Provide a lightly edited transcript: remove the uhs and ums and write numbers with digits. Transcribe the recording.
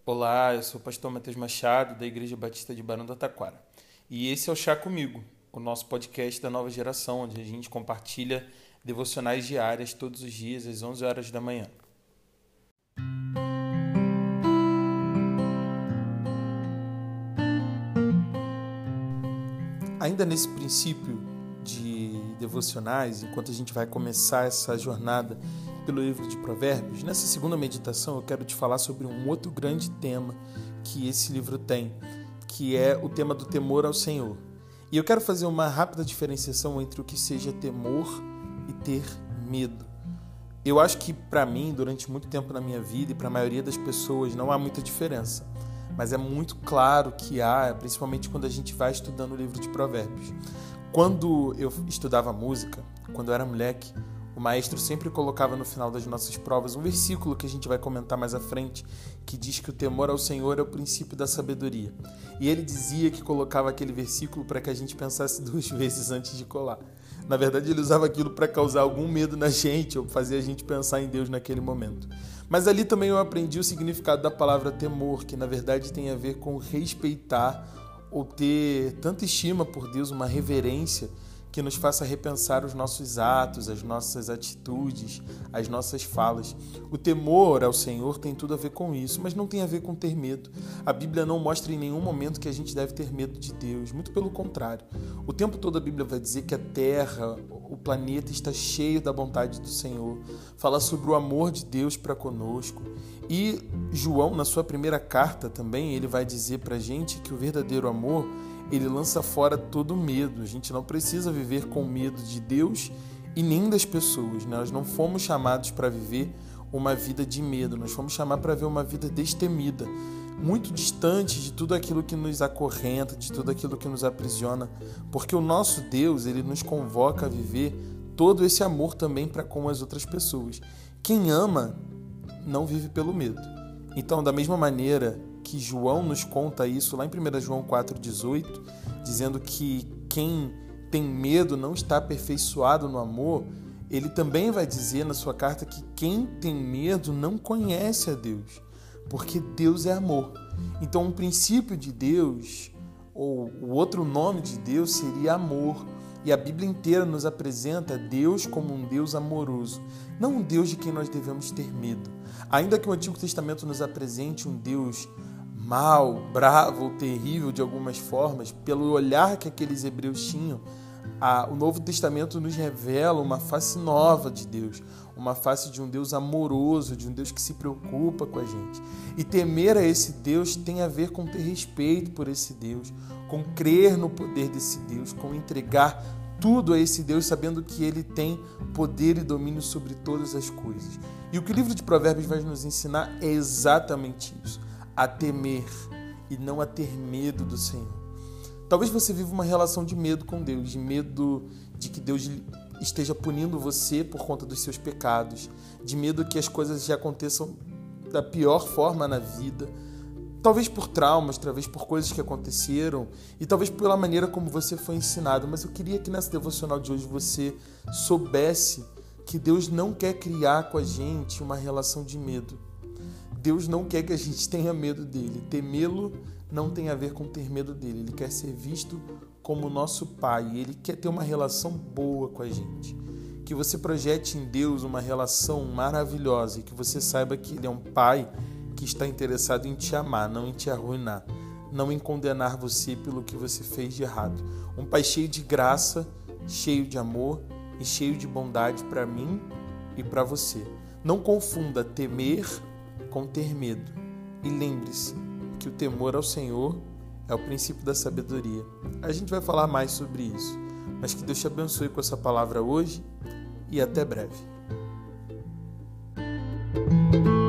Olá, eu sou o pastor Matheus Machado, da Igreja Batista de Barão do Taquara. E esse é o Chá Comigo, o nosso podcast da nova geração, onde a gente compartilha devocionais diárias todos os dias, às 11 horas da manhã. Ainda nesse princípio de devocionais, enquanto a gente vai começar essa jornada pelo livro de Provérbios, nessa segunda meditação eu quero te falar sobre um outro grande tema que esse livro tem, que é o tema do temor ao Senhor. E eu quero fazer uma rápida diferenciação entre o que seja temor e ter medo. Eu acho que para mim, durante muito tempo na minha vida e para a maioria das pessoas, não há muita diferença. Mas é muito claro que há, principalmente quando a gente vai estudando o livro de Provérbios. Quando eu estudava música, quando eu era moleque, o maestro sempre colocava no final das nossas provas um versículo que a gente vai comentar mais à frente, que diz que o temor ao Senhor é o princípio da sabedoria. E ele dizia que colocava aquele versículo para que a gente pensasse 2 vezes antes de colar. Na verdade, ele usava aquilo para causar algum medo na gente ou fazer a gente pensar em Deus naquele momento. Mas ali também eu aprendi o significado da palavra temor, que na verdade tem a ver com respeitar ou ter tanta estima por Deus, uma reverência que nos faça repensar os nossos atos, as nossas atitudes, as nossas falas. O temor ao Senhor tem tudo a ver com isso, mas não tem a ver com ter medo. A Bíblia não mostra em nenhum momento que a gente deve ter medo de Deus, muito pelo contrário. O tempo todo a Bíblia vai dizer que a terra, o planeta está cheio da vontade do Senhor, fala sobre o amor de Deus para conosco. E João, na sua primeira carta também, ele vai dizer para a gente que o verdadeiro amor, ele lança fora todo medo. A gente não precisa viver com medo de Deus e nem das pessoas. Nós não fomos chamados para viver uma vida de medo. Nós fomos chamados para viver uma vida destemida, muito distante de tudo aquilo que nos acorrenta, de tudo aquilo que nos aprisiona. Porque o nosso Deus, ele nos convoca a viver todo esse amor também para com as outras pessoas. Quem ama não vive pelo medo. Então, da mesma maneira que João nos conta isso lá em 1 João 4,18, dizendo que quem tem medo não está aperfeiçoado no amor, ele também vai dizer na sua carta que quem tem medo não conhece a Deus, porque Deus é amor. Então, um princípio de Deus, ou o outro nome de Deus seria amor. E a Bíblia inteira nos apresenta Deus como um Deus amoroso, não um Deus de quem nós devemos ter medo. Ainda que o Antigo Testamento nos apresente um Deus mau, bravo ou terrível de algumas formas, pelo olhar que aqueles hebreus tinham, o Novo Testamento nos revela uma face nova de Deus, uma face de um Deus amoroso, de um Deus que se preocupa com a gente. E temer a esse Deus tem a ver com ter respeito por esse Deus, com crer no poder desse Deus, com entregar tudo a esse Deus, sabendo que Ele tem poder e domínio sobre todas as coisas. E o que o livro de Provérbios vai nos ensinar é exatamente isso, a temer e não a ter medo do Senhor. Talvez você viva uma relação de medo com Deus, de medo de que Deus esteja punindo você por conta dos seus pecados, de medo que as coisas já aconteçam da pior forma na vida, talvez por traumas, talvez por coisas que aconteceram e talvez pela maneira como você foi ensinado. Mas eu queria que nessa devocional de hoje você soubesse que Deus não quer criar com a gente uma relação de medo. Deus não quer que a gente tenha medo dele. Temê-lo não tem a ver com ter medo dele. Ele quer ser visto como nosso Pai. Ele quer ter uma relação boa com a gente. Que você projete em Deus uma relação maravilhosa e que você saiba que Ele é um Pai que está interessado em te amar, não em te arruinar, não em condenar você pelo que você fez de errado. Um Pai cheio de graça, cheio de amor e cheio de bondade para mim e para você. Não confunda temer com ter medo. E lembre-se que o temor ao Senhor é o princípio da sabedoria. A gente vai falar mais sobre isso. Mas que Deus te abençoe com essa palavra hoje e até breve.